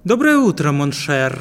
Доброе утро, моншер.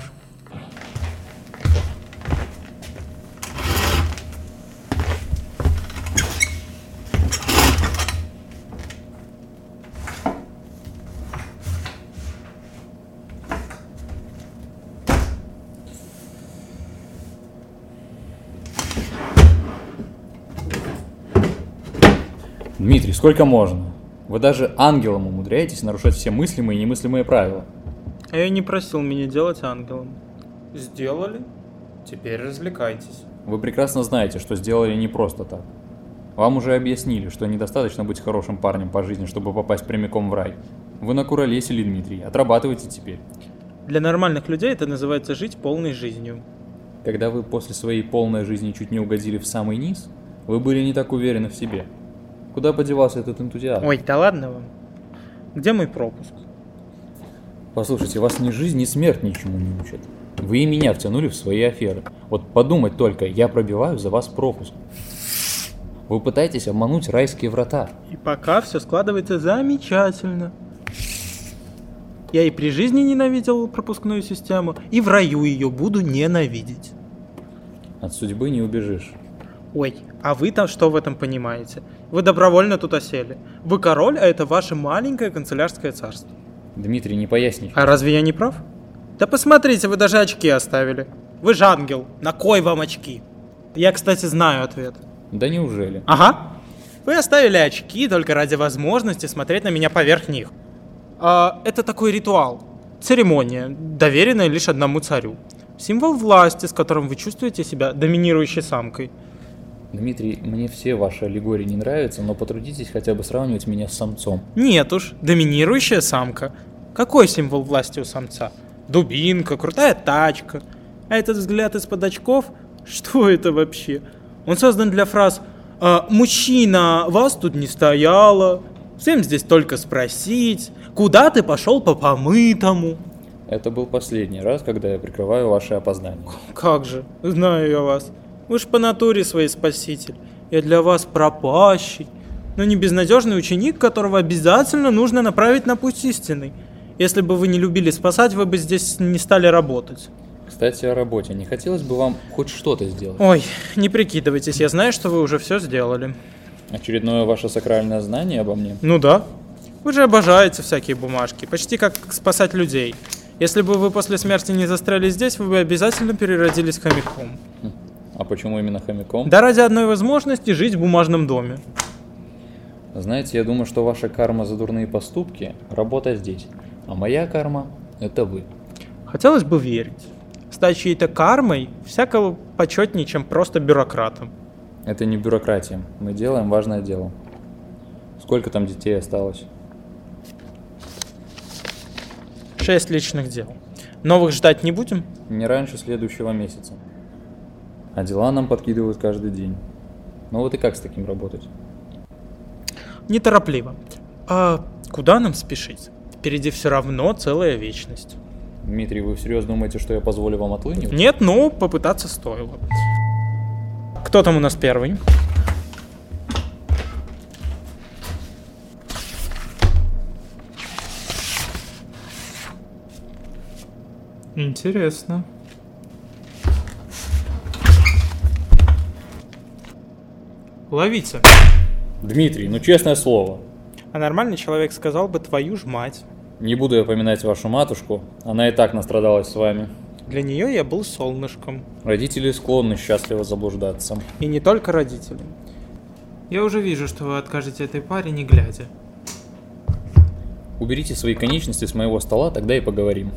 Дмитрий, сколько можно? Вы даже ангелом умудряетесь нарушать все мыслимые и немыслимые правила. А я не просил меня делать ангелом. Сделали? Теперь развлекайтесь. Вы прекрасно знаете, что сделали не просто так. Вам уже объяснили, что недостаточно быть хорошим парнем по жизни, чтобы попасть прямиком в рай. Вы накуролесили, Дмитрий, отрабатывайте теперь. Для нормальных людей это называется жить полной жизнью. Когда вы после своей полной жизни чуть не угодили в самый низ, вы были не так уверены в себе. Куда подевался этот энтузиазм? Ой, да ладно вам. Где мой пропуск? Послушайте, вас ни жизнь, ни смерть ничему не учат. Вы и меня втянули в свои аферы. Вот подумать только, я пробиваю за вас пропуск. Вы пытаетесь обмануть райские врата. И пока все складывается замечательно. Я и при жизни ненавидел пропускную систему, и в раю ее буду ненавидеть. От судьбы не убежишь. Ой, а вы там что в этом понимаете? Вы добровольно тут осели. Вы король, а это ваше маленькое канцелярское царство. Дмитрий, не поясни. А разве я не прав? Да посмотрите, вы даже очки оставили. Вы же ангел. На кой вам очки? Я, кстати, знаю ответ. Да неужели? Ага. Вы оставили очки только ради возможности смотреть на меня поверх них. Это такой ритуал. Церемония, доверенная лишь одному царю. Символ власти, с которым вы чувствуете себя доминирующей самкой. Дмитрий, мне все ваши аллегории не нравятся, но потрудитесь хотя бы сравнивать меня с самцом. Нет уж, доминирующая самка. Какой символ власти у самца? Дубинка, крутая тачка. А этот взгляд из-под очков? Что это вообще? Он создан для фраз «Мужчина, вас тут не стояло», «Всем здесь только спросить», «Куда ты пошел по помытому?» Это был последний раз, когда я прикрываю ваши опоздания. Как же, знаю я вас. Вы ж по натуре своей спаситель. Я для вас пропащий, но не безнадежный ученик, которого обязательно нужно направить на путь истинный. Если бы вы не любили спасать, вы бы здесь не стали работать. Кстати, о работе. Не хотелось бы вам хоть что-то сделать? Ой, не прикидывайтесь, я знаю, что вы уже все сделали. Очередное ваше сакральное знание обо мне? Ну да. Вы же обожаете всякие бумажки, почти как спасать людей. Если бы вы после смерти не застряли здесь, вы бы обязательно переродились хомяком. А почему именно хомяком? Да ради одной возможности жить в бумажном доме. Знаете, я думаю, что ваша карма за дурные поступки – работа здесь. А моя карма – это вы. Хотелось бы верить. Стать чьей-то кармой всякого почетнее, чем просто бюрократом. Это не бюрократия. Мы делаем важное дело. Сколько там детей осталось? 6 личных дел. Новых ждать не будем? Не раньше следующего месяца. А дела нам подкидывают каждый день. Ну вот и как с таким работать? Неторопливо. А куда нам спешить? Впереди все равно целая вечность. Дмитрий, вы всерьез думаете, что я позволю вам отлынивать? Нет, но попытаться стоило. Кто там у нас первый? Интересно. Ловите. Дмитрий, ну честное слово. А нормальный человек сказал бы твою ж мать. Не буду я поминать вашу матушку, она и так настрадалась с вами. Для нее я был солнышком. Родители склонны счастливо заблуждаться. И не только родители. Я уже вижу, что вы откажете этой паре, не глядя. Уберите свои конечности с моего стола, тогда и поговорим.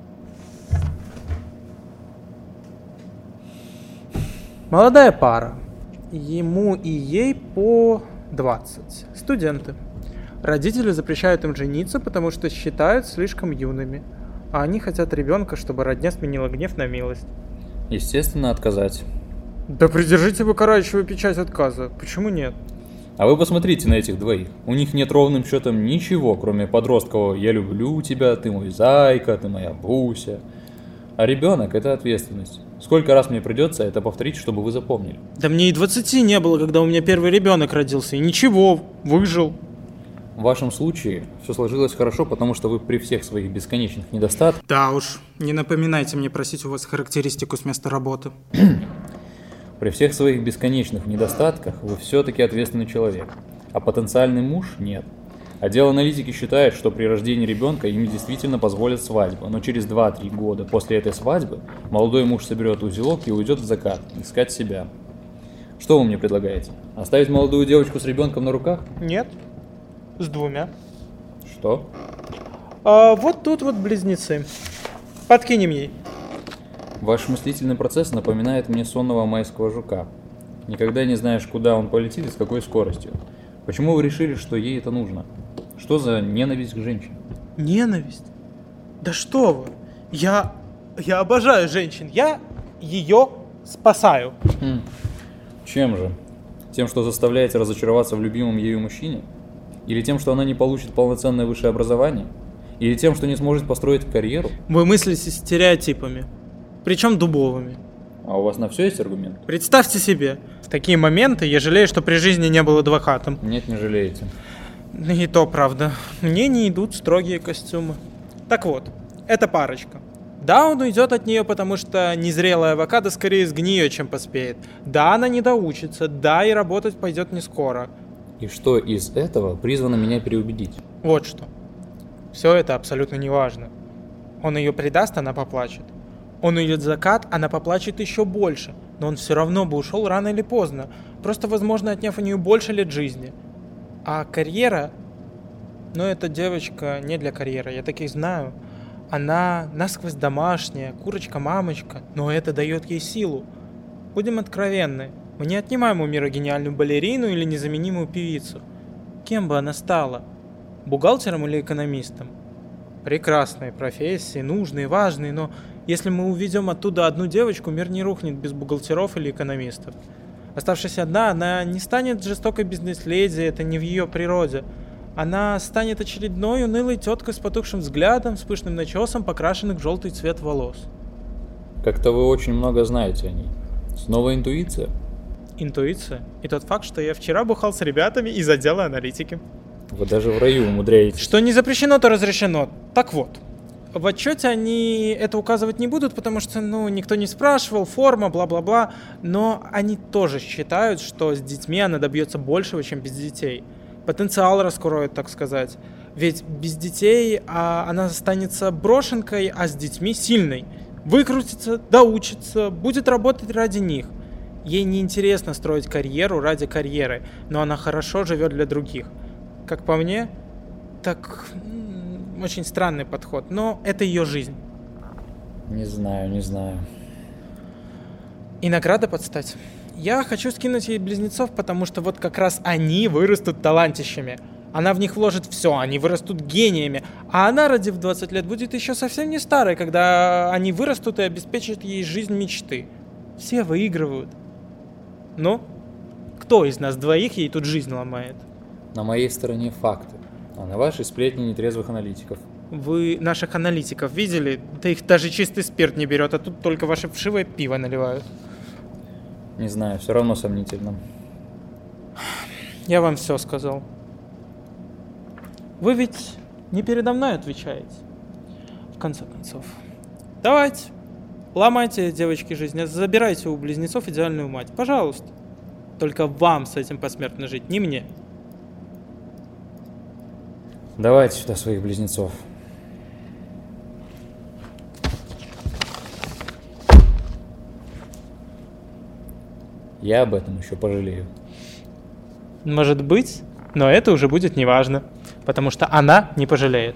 Молодая пара. Ему и ей по 20. Студенты. Родители запрещают им жениться, потому что считают слишком юными. А они хотят ребенка, чтобы родня сменила гнев на милость. Естественно, отказать. Да придержите вы карающую печать отказа. Почему нет? А вы посмотрите на этих двоих. У них нет ровным счетом ничего, кроме подросткового «я люблю тебя, ты мой зайка, ты моя Буся». А ребенок – это ответственность. Сколько раз мне придется это повторить, чтобы вы запомнили? Да мне и 20 не было, когда у меня первый ребенок родился. И ничего, выжил. В вашем случае все сложилось хорошо, потому что вы при всех своих бесконечных недостатках... Да уж, не напоминайте мне просить у вас характеристику с места работы. При всех своих бесконечных недостатках вы все-таки ответственный человек, а потенциальный муж нет. Отдел аналитики считает, что при рождении ребенка им действительно позволят свадьбу, но через 2-3 года после этой свадьбы молодой муж соберет узелок и уйдет в закат, искать себя. Что вы мне предлагаете? Оставить молодую девочку с ребенком на руках? Нет, с 2. Что? Вот тут вот близнецы. Подкинем ей. Ваш мыслительный процесс напоминает мне сонного майского жука. Никогда не знаешь, куда он полетит и с какой скоростью. Почему вы решили, что ей это нужно? Что за ненависть к женщине? Ненависть? Да что вы? Я обожаю женщин. Я ее спасаю. Чем же? Тем, что заставляете разочароваться в любимом ею мужчине? Или тем, что она не получит полноценное высшее образование? Или тем, что не сможет построить карьеру? Вы мыслите стереотипами. Причем дубовыми. А у вас на все есть аргумент? Представьте себе, в такие моменты я жалею, что при жизни не был адвокатом. Нет, не жалеете. И то правда. Мне не идут строгие костюмы. Так вот, эта парочка. Да, он уйдет от нее, потому что незрелая авокадо скорее сгниет, чем поспеет. Да, она не доучится. Да, и работать пойдет не скоро. И что из этого призвано меня переубедить? Вот что. Все это абсолютно не важно. Он ее предаст, она поплачет. Он уйдет в закат, она поплачет еще больше. Но он все равно бы ушел рано или поздно. Просто, возможно, отняв у нее больше лет жизни. А карьера... Ну, эта девочка не для карьеры, я таких знаю. Она насквозь домашняя, курочка-мамочка, но это дает ей силу. Будем откровенны, мы не отнимаем у мира гениальную балерину или незаменимую певицу. Кем бы она стала? Бухгалтером или экономистом? Прекрасные профессии, нужные, важные, но если мы уведем оттуда одну девочку, мир не рухнет без бухгалтеров или экономистов. Оставшись одна, она не станет жестокой бизнес-леди, это не в ее природе. Она станет очередной унылой теткой с потухшим взглядом, с пышным начесом, покрашенных в желтый цвет волос. Как-то вы очень много знаете о ней. Снова интуиция? Интуиция? И тот факт, что я вчера бухал с ребятами из отдела аналитики. Вы даже в раю умудряетесь. Что не запрещено, то разрешено. Так вот, в отчете они это указывать не будут, потому что, никто не спрашивал, форма, бла-бла-бла. Но они тоже считают, что с детьми она добьется большего, чем без детей. Потенциал раскроет, так сказать. Ведь без детей она останется брошенкой, а с детьми сильной. Выкрутится, доучится, будет работать ради них. Ей не интересно строить карьеру ради карьеры, но она хорошо живет для других. Как по мне, так очень странный подход, но это ее жизнь. Не знаю. И награда подстать. Я хочу скинуть ей близнецов, потому что вот как раз они вырастут талантищами. Она в них вложит все, они вырастут гениями. А она, родив 20 лет, будет еще совсем не старой, когда они вырастут и обеспечат ей жизнь мечты. Все выигрывают. Ну, кто из нас двоих ей тут жизнь ломает? На моей стороне факты, а на вашей сплетни нетрезвых аналитиков. Вы наших аналитиков видели? Да их даже чистый спирт не берет, а тут только ваше вшивое пиво наливают. Не знаю, все равно сомнительно. Я вам все сказал. Вы ведь не передо мной отвечаете. В конце концов. Давайте, ломайте, девочки, жизнь, забирайте у близнецов идеальную мать. Пожалуйста. Только вам с этим посмертно жить, не мне. Давайте сюда своих близнецов. Я об этом еще пожалею. Может быть, но это уже будет неважно, потому что она не пожалеет.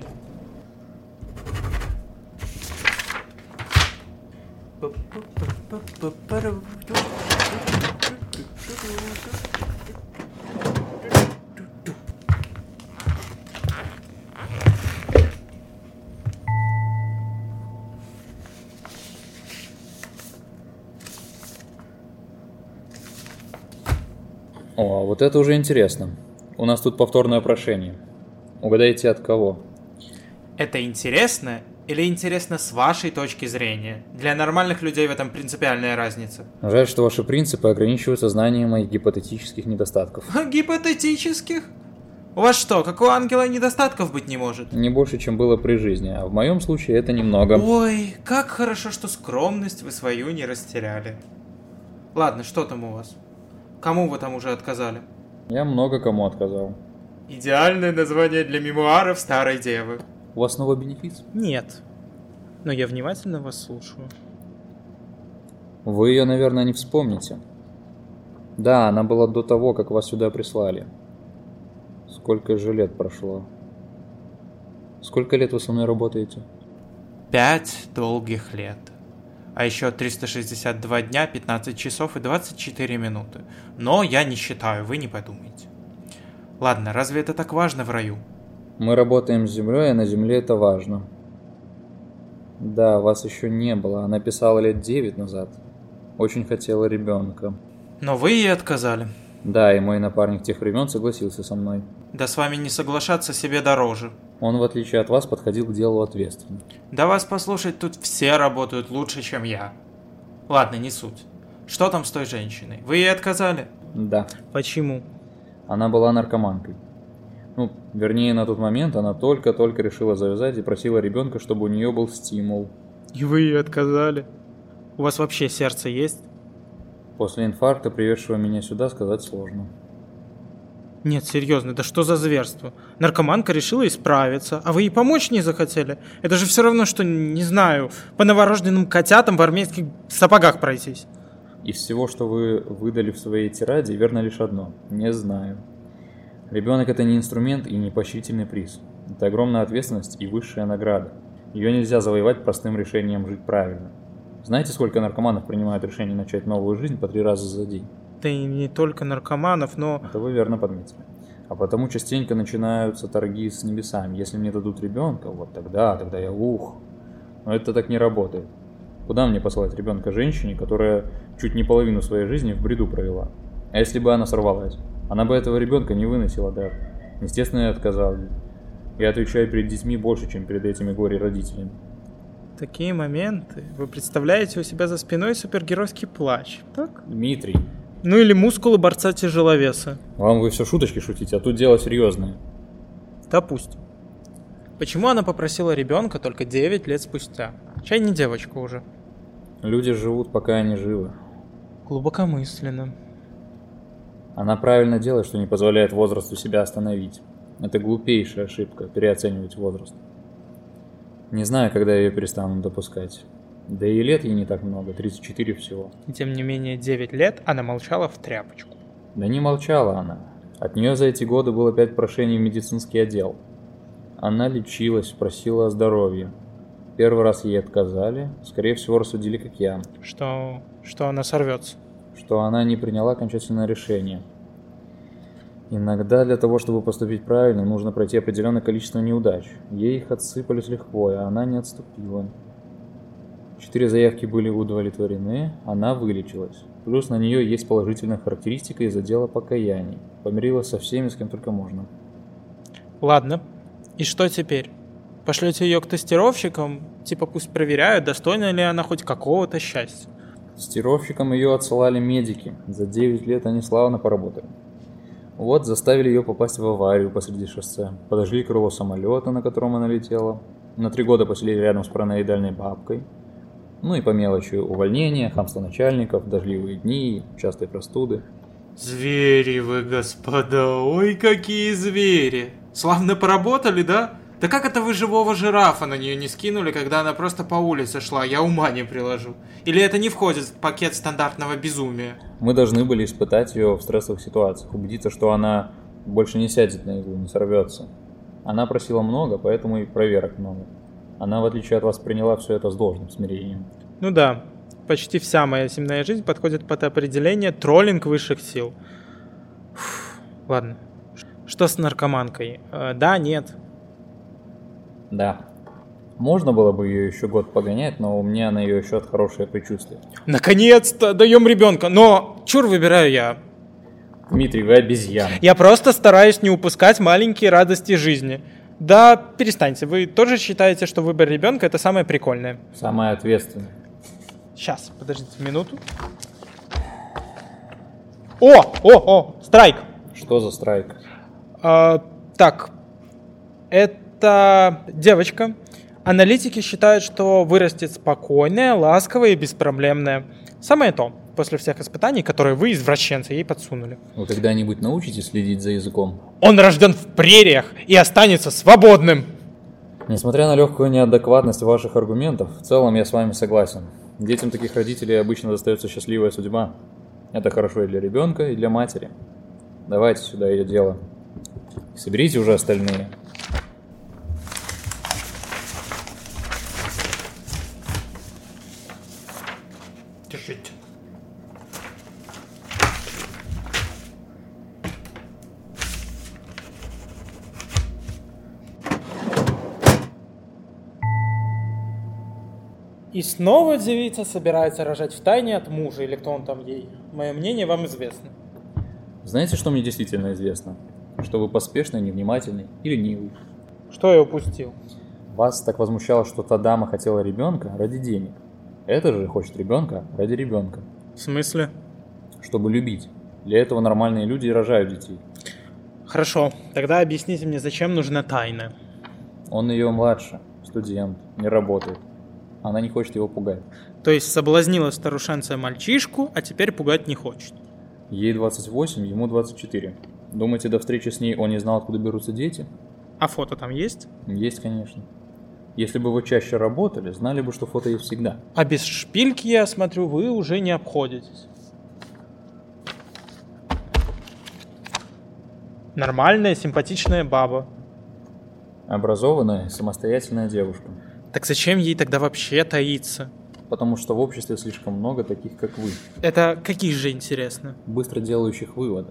О, вот это уже интересно. У нас тут повторное прошение. Угадайте, от кого? Это интересно или интересно с вашей точки зрения? Для нормальных людей в этом принципиальная разница. Жаль, что ваши принципы ограничиваются знанием моих гипотетических недостатков. Гипотетических? У вас что, как у ангела недостатков быть не может? Не больше, чем было при жизни, а в моем случае это немного. Ой, как хорошо, что скромность вы свою не растеряли. Ладно, что там у вас? Кому вы там уже отказали? Я много кому отказал. Идеальное название для мемуаров старой девы. У вас снова бенефис? Нет, но я внимательно вас слушаю. Вы ее, наверное, не вспомните. Да, она была до того, как вас сюда прислали. Сколько же лет прошло? Сколько лет вы со мной работаете? 5 долгих лет. А еще 362 дня, 15 часов и 24 минуты. Но я не считаю, вы не подумайте. Ладно, разве это так важно в раю? Мы работаем с землей, а на земле это важно. Да, вас еще не было. Она писала лет 9 назад. Очень хотела ребенка. Но вы ей отказали. Да, и мой напарник тех времен согласился со мной. Да с вами не соглашаться себе дороже. Он, в отличие от вас, подходил к делу ответственно. Да вас послушать, тут все работают лучше, чем я. Ладно, не суть. Что там с той женщиной? Вы ей отказали? Да. Почему? Она была наркоманкой. Ну, вернее, на тот момент она только-только решила завязать и просила ребенка, чтобы у нее был стимул. И вы ей отказали? У вас вообще сердце есть? После инфаркта, приведшего меня сюда, сказать сложно. Нет, серьезно, да что за зверство? Наркоманка решила исправиться, а вы ей помочь не захотели? Это же все равно, что, не знаю, по новорожденным котятам в армейских сапогах пройтись. Из всего, что вы выдали в своей тираде, верно лишь одно. Не знаю. Ребенок — это не инструмент и не поощрительный приз. Это огромная ответственность и высшая награда. Ее нельзя завоевать простым решением жить правильно. Знаете, сколько наркоманов принимают решение начать новую жизнь по 3 раза за день? Да и не только наркоманов, но... Это вы верно подметили. А потому частенько начинаются торги с небесами. Если мне дадут ребенка, вот тогда я ух. Но это так не работает. Куда мне посылать ребенка женщине, которая чуть не половину своей жизни в бреду провела? А если бы она сорвалась? Она бы этого ребенка не выносила, да. Естественно, я отказал ей. Я отвечаю перед детьми больше, чем перед этими горе-родителями. Такие моменты. Вы представляете у себя за спиной супергеройский плащ, так? Дмитрий. Ну или мускулы борца-тяжеловеса. Вам вы все шуточки шутите, а тут дело серьезное. Допустим. Почему она попросила ребенка только 9 лет спустя? Чай не девочка уже. Люди живут, пока они живы. Глубокомысленно. Она правильно делает, что не позволяет возрасту себя остановить. Это глупейшая ошибка, переоценивать возраст. Не знаю, когда я ее перестану допускать. Да и лет ей не так много, 34 всего. И тем не менее 9 лет она молчала в тряпочку. Да не молчала она. От нее за эти годы было 5 прошений в медицинский отдел. Она лечилась, просила о здоровье. Первый раз ей отказали, скорее всего рассудили, как я. Что она сорвется. Что она не приняла окончательное решение. Иногда для того, чтобы поступить правильно, нужно пройти определенное количество неудач. Ей их отсыпали с лихвой, а она не отступила. 4 заявки были удовлетворены, она вылечилась. Плюс на нее есть положительная характеристика из отдела покаяний. Помирилась со всеми, с кем только можно. Ладно. И что теперь? Пошлете ее к тестировщикам? Типа пусть проверяют, достойна ли она хоть какого-то счастья. Тестировщикам ее отсылали медики. За 9 лет они славно поработали. Вот, заставили ее попасть в аварию посреди шоссе. Подожгли крыло самолета, на котором она летела. На 3 года поселили рядом с параноидальной бабкой. Ну и по мелочи увольнения, хамство начальников, дождливые дни, частые простуды. Звери вы, господа, ой, какие звери! Славно поработали, да? Да как это вы живого жирафа на нее не скинули, когда она просто по улице шла? Я ума не приложу. Или это не входит в пакет стандартного безумия? Мы должны были испытать ее в стрессовых ситуациях, убедиться, что она больше не сядет на иглу, не сорвется. Она просила много, поэтому и проверок много. Она, в отличие от вас, приняла все это с должным смирением. Ну да, почти вся моя земная жизнь подходит под определение троллинг высших сил. Ладно. Что с наркоманкой? Да, нет. Да. Можно было бы ее еще год погонять, но у меня на ее счет хорошее предчувствие. Наконец-то даем ребенка, но чур выбираю я. Дмитрий, вы обезьяна. Я просто стараюсь не упускать маленькие радости жизни. Да, перестаньте, вы тоже считаете, что выбор ребенка это самое прикольное? Самое ответственное. Сейчас, подождите минуту. О, страйк. Что за страйк? Так, это девочка. Аналитики считают, что вырастет спокойная, ласковая и беспроблемная. Самое то, после всех испытаний, которые вы, извращенцы, ей подсунули. Вы когда-нибудь научитесь следить за языком? Он рожден в прериях и останется свободным. Несмотря на легкую неадекватность ваших аргументов, в целом я с вами согласен. Детям таких родителей обычно достается счастливая судьба. Это хорошо и для ребенка, и для матери. Давайте сюда ее дело. Соберите уже остальные. Держите. И снова девица собирается рожать втайне от мужа, или кто он там ей. Мое мнение вам известно. Знаете, что мне действительно известно? Что вы поспешный, невнимательный и ленивый. Что я упустил? Вас так возмущало, что та дама хотела ребенка ради денег. Это же хочет ребенка ради ребенка. В смысле? Чтобы любить. Для этого нормальные люди и рожают детей. Хорошо, тогда объясните мне, зачем нужна тайна? Он ее младше, студент, не работает. Она не хочет его пугать. То есть соблазнила старушенция мальчишку, а теперь пугать не хочет. Ей 28, ему 24. Думаете, до встречи с ней он не знал, откуда берутся дети? А фото там есть? Есть, конечно. Если бы вы чаще работали, знали бы, что фото есть всегда. А без шпильки, я смотрю, вы уже не обходитесь. Нормальная, симпатичная баба. Образованная, самостоятельная девушка. Так зачем ей тогда вообще таиться? Потому что в обществе слишком много таких, как вы. Это какие же, интересно? Быстро делающих выводы.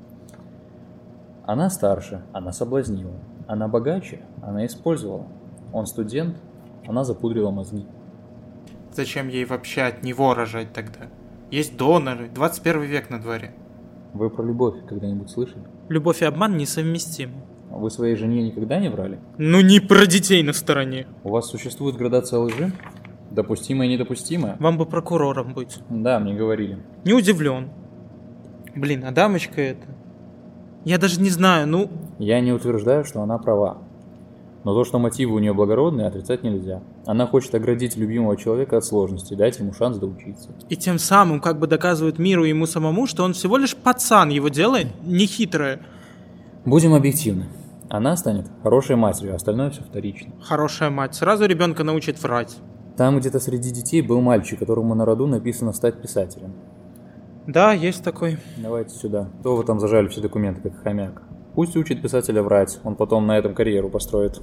Она старше, она соблазнила. Она богаче, она использовала. Он студент, она запудрила мозги. Зачем ей вообще от него рожать тогда? Есть доноры, 21 век на дворе. Вы про любовь когда-нибудь слышали? Любовь и обман несовместимы. Вы своей жене никогда не врали? Ну не про детей на стороне. У вас существует градация лжи? Допустимая и недопустимая? Вам бы прокурором быть. Да, мне говорили. Не удивлен. Блин, а дамочка эта... Я даже не знаю, ну... Я не утверждаю, что она права. Но то, что мотивы у нее благородные, отрицать нельзя. Она хочет оградить любимого человека от сложностей, дать ему шанс доучиться. И тем самым как бы доказывает миру и ему самому, что он всего лишь пацан, его дело нехитрое. Будем объективны. Она станет хорошей матерью, а остальное все вторично. Хорошая мать, сразу ребенка научит врать. Там где-то среди детей был мальчик, которому на роду написано стать писателем. Да, есть такой. Давайте сюда. Кто вы там зажали все документы, как хомяк? Пусть учит писателя врать, он потом на этом карьеру построит.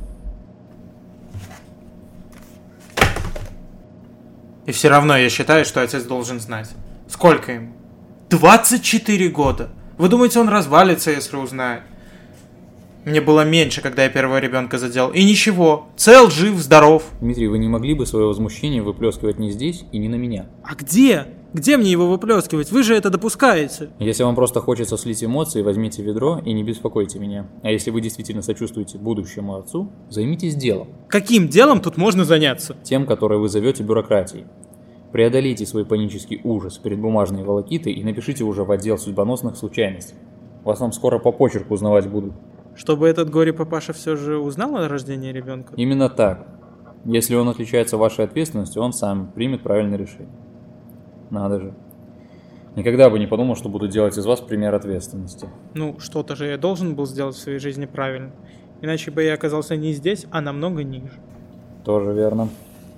И все равно я считаю, что отец должен знать. Сколько ему? 24 года. Вы думаете, он развалится, если узнает? Мне было меньше, когда я первого ребенка задел. И ничего, цел, жив, здоров. Дмитрий, вы не могли бы свое возмущение выплескивать не здесь и не на меня? А где? Где мне его выплескивать? Вы же это допускаете. Если вам просто хочется слить эмоции, возьмите ведро и не беспокойте меня. А если вы действительно сочувствуете будущему отцу, займитесь делом. Каким делом тут можно заняться? Тем, которое вы зовете бюрократией. Преодолейте свой панический ужас перед бумажной волокитой и напишите уже в отдел судьбоносных случайностей. Вас там скоро по почерку узнавать будут. Чтобы этот горе-папаша все же узнал о рождении ребенка? Именно так. Если он отличается вашей ответственностью, он сам примет правильное решение. Надо же. Никогда бы не подумал, что буду делать из вас пример ответственности. Ну, что-то же я должен был сделать в своей жизни правильно. Иначе бы я оказался не здесь, а намного ниже. Тоже верно.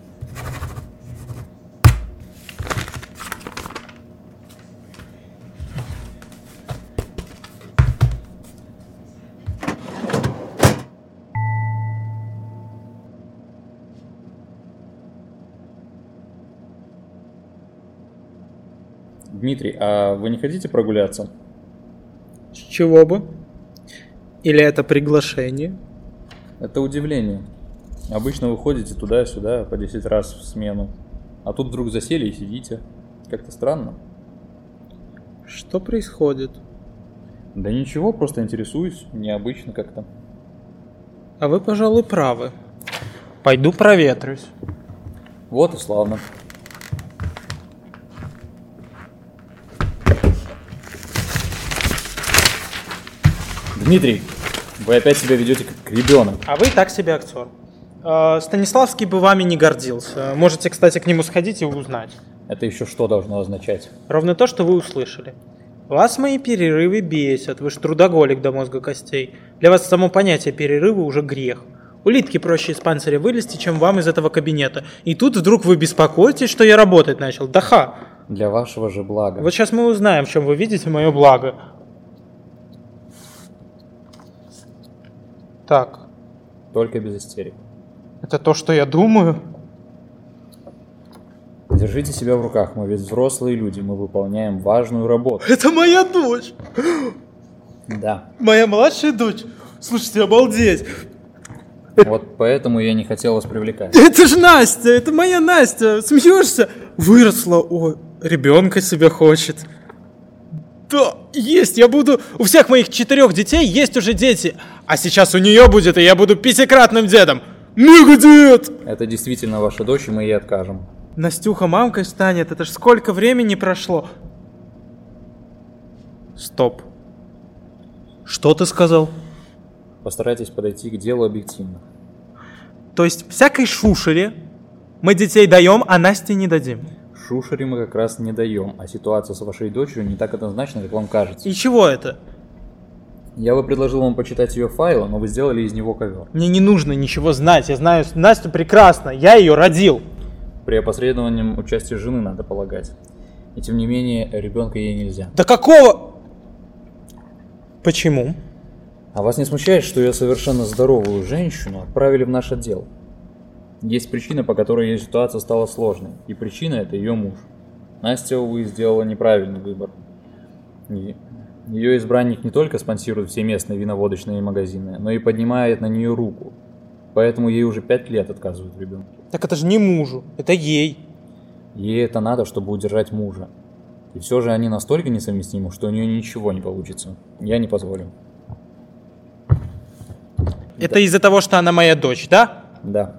Дмитрий, а вы не хотите прогуляться? С чего бы? Или это приглашение? Это удивление. Обычно вы ходите туда-сюда по 10 раз в смену. А тут вдруг засели и сидите. Как-то странно. Что происходит? Да ничего, просто интересуюсь. Необычно как-то. А вы, пожалуй, правы. Пойду проветрюсь. Вот и славно. Дмитрий, Вы опять себя ведете как ребенок. А вы так себе актер. Станиславский бы вами не гордился. Можете, кстати, к нему сходить и узнать. Это еще что должно означать? Ровно то, что вы услышали. Вас мои перерывы бесят, вы ж трудоголик до мозга костей. Для вас само понятие перерыва уже грех. Улитки проще из панциря вылезти, чем вам из этого кабинета. И тут вдруг вы беспокоитесь, что я работать начал. Да ха! Для вашего же блага. Вот сейчас мы узнаем, в чем вы видите мое благо. Так, Только без истерик. это то, что я думаю? Держите себя в руках, мы ведь взрослые люди, мы выполняем важную работу. Это моя дочь! Да. Моя младшая дочь! Слушайте, обалдеть! Вот поэтому я не хотел вас привлекать. Это же Настя! Это моя Настя! Смеешься? Выросла, о, ребенка себе хочет. Да, есть, я буду... У всех моих 4 детей есть уже дети. А сейчас у нее будет, и я буду 5-кратным дедом. Мега-дед! Это действительно ваша дочь, и мы ей откажем. Настюха мамкой станет, это ж сколько времени прошло. Стоп. Что ты сказал? Постарайтесь подойти к делу объективно. То есть всякой шушере мы детей даем, а Насте не дадим. Шушере мы как раз не даем, а ситуация с вашей дочерью не так однозначна, как вам кажется. И чего это? Я бы предложил вам почитать ее файлы, но вы сделали из него ковер. Мне не нужно ничего знать, я знаю Настю прекрасно, я ее родил. При опосредованном участии жены, надо полагать. И тем не менее, ребенка ей нельзя. Да какого? Почему? А вас не смущает, что ее совершенно здоровую женщину отправили в наш отдел? Есть причина, по которой ее ситуация стала сложной. И причина – это ее муж. Настя, увы, сделала неправильный выбор. Ее избранник не только спонсирует все местные виноводочные магазины, но и поднимает на нее руку. Поэтому ей уже 5 лет отказывают в ребенке. Так это же не мужу, это ей. Ей это надо, чтобы удержать мужа. И все же они настолько несовместимы, что у нее ничего не получится. Я не позволю. Это из-за того, что она моя дочь, да? Да.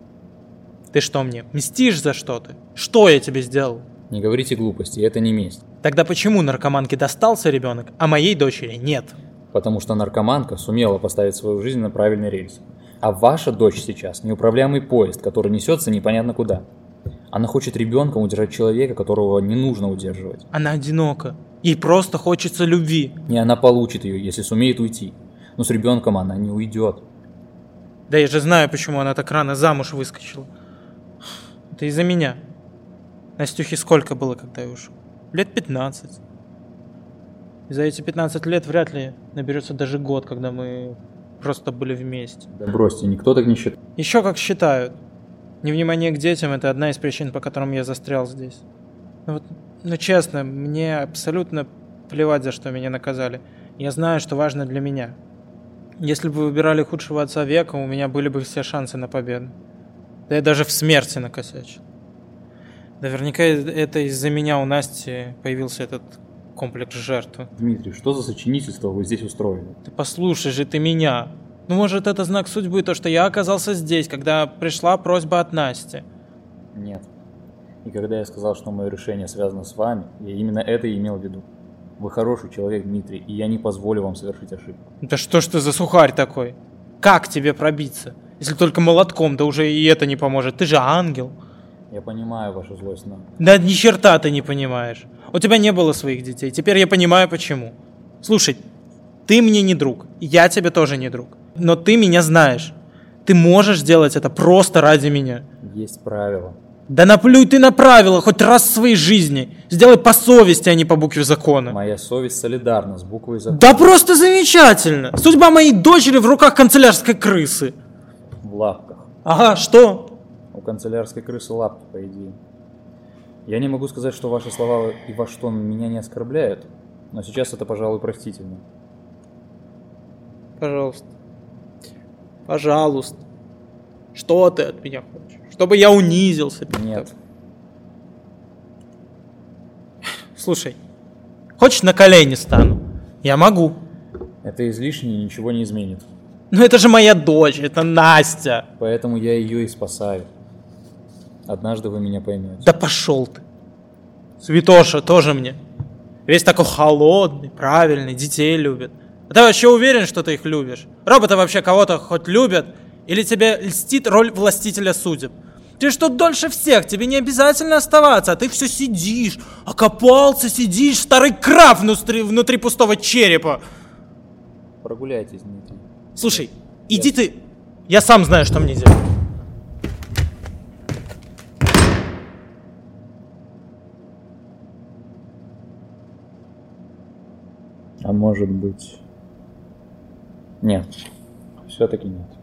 Ты что мне, мстишь за что-то? Что я тебе сделал? Не говорите глупости, это не месть. Тогда почему наркоманке достался ребенок, а моей дочери нет? Потому что наркоманка сумела поставить свою жизнь на правильный рельс. А ваша дочь сейчас неуправляемый поезд, который несется непонятно куда. Она хочет ребенком удержать человека, которого не нужно удерживать. Она одинока. Ей просто хочется любви. И она получит ее, если сумеет уйти. Но с ребенком она не уйдет. Да я же знаю, почему она так рано замуж выскочила. Это из-за меня. Настюхе сколько было, когда я ушел? Лет 15. И за эти 15 лет вряд ли наберется даже год, когда мы просто были вместе. Да бросьте, никто так не считает. Еще как считают. Невнимание к детям – это одна из причин, по которым я застрял здесь. Ну честно, мне абсолютно плевать, за что меня наказали. Я знаю, что важно для меня. Если бы выбирали худшего отца века, у меня были бы все шансы на победу. Да я даже в смерти накосячил. Наверняка это из-за меня у Насти появился этот комплекс жертвы. Дмитрий, что за сочинительство вы здесь устроили? Ты послушай же ты меня. Ну, может, это знак судьбы, то, что я оказался здесь, когда пришла просьба от Насти. Нет. И когда я сказал, что мое решение связано с вами, я именно это и имел в виду. Вы хороший человек, Дмитрий, и я не позволю вам совершить ошибку. Да что ж ты за сухарь такой? Как тебе пробиться? Если только молотком, да уже и это не поможет. Ты же ангел. Я понимаю вашу злость, но... Да ни черта ты не понимаешь. У тебя не было своих детей. Теперь я понимаю, почему. Слушай, ты мне не друг. Я тебе тоже не друг. Но ты меня знаешь. Ты можешь сделать это просто ради меня. Есть правила. Да наплюй ты на правила хоть раз в своей жизни. Сделай по совести, а не по букве закона. Моя совесть солидарна с буквой закона. Да просто замечательно. Судьба моей дочери в руках канцелярской крысы. В лапках. Ага, что? У канцелярской крысы лапки, по идее. Я не могу сказать, что ваши слова и ваш тон меня не оскорбляют, но сейчас это, пожалуй, простительно. Пожалуйста. Пожалуйста. Что ты от меня хочешь? Чтобы я унизился? Нет. Слушай, хочешь на колени стану? Я могу. Это излишне и ничего не изменит. Но это же моя дочь, это Настя. Поэтому я ее и спасаю. Однажды вы меня поймете. Да пошел ты. Святоша тоже мне. Весь такой холодный, правильный, детей любит. А ты вообще уверен, что ты их любишь? Роботы вообще кого-то хоть любят? Или тебе льстит роль властителя судеб? Ты что дольше всех, тебе не обязательно оставаться, а ты все сидишь, окопался, сидишь, старый краб внутри пустого черепа. Прогуляйтесь, Дмитрий. Слушай, иди ты, я сам знаю, что мне делать. А может быть... Нет, все-таки нет.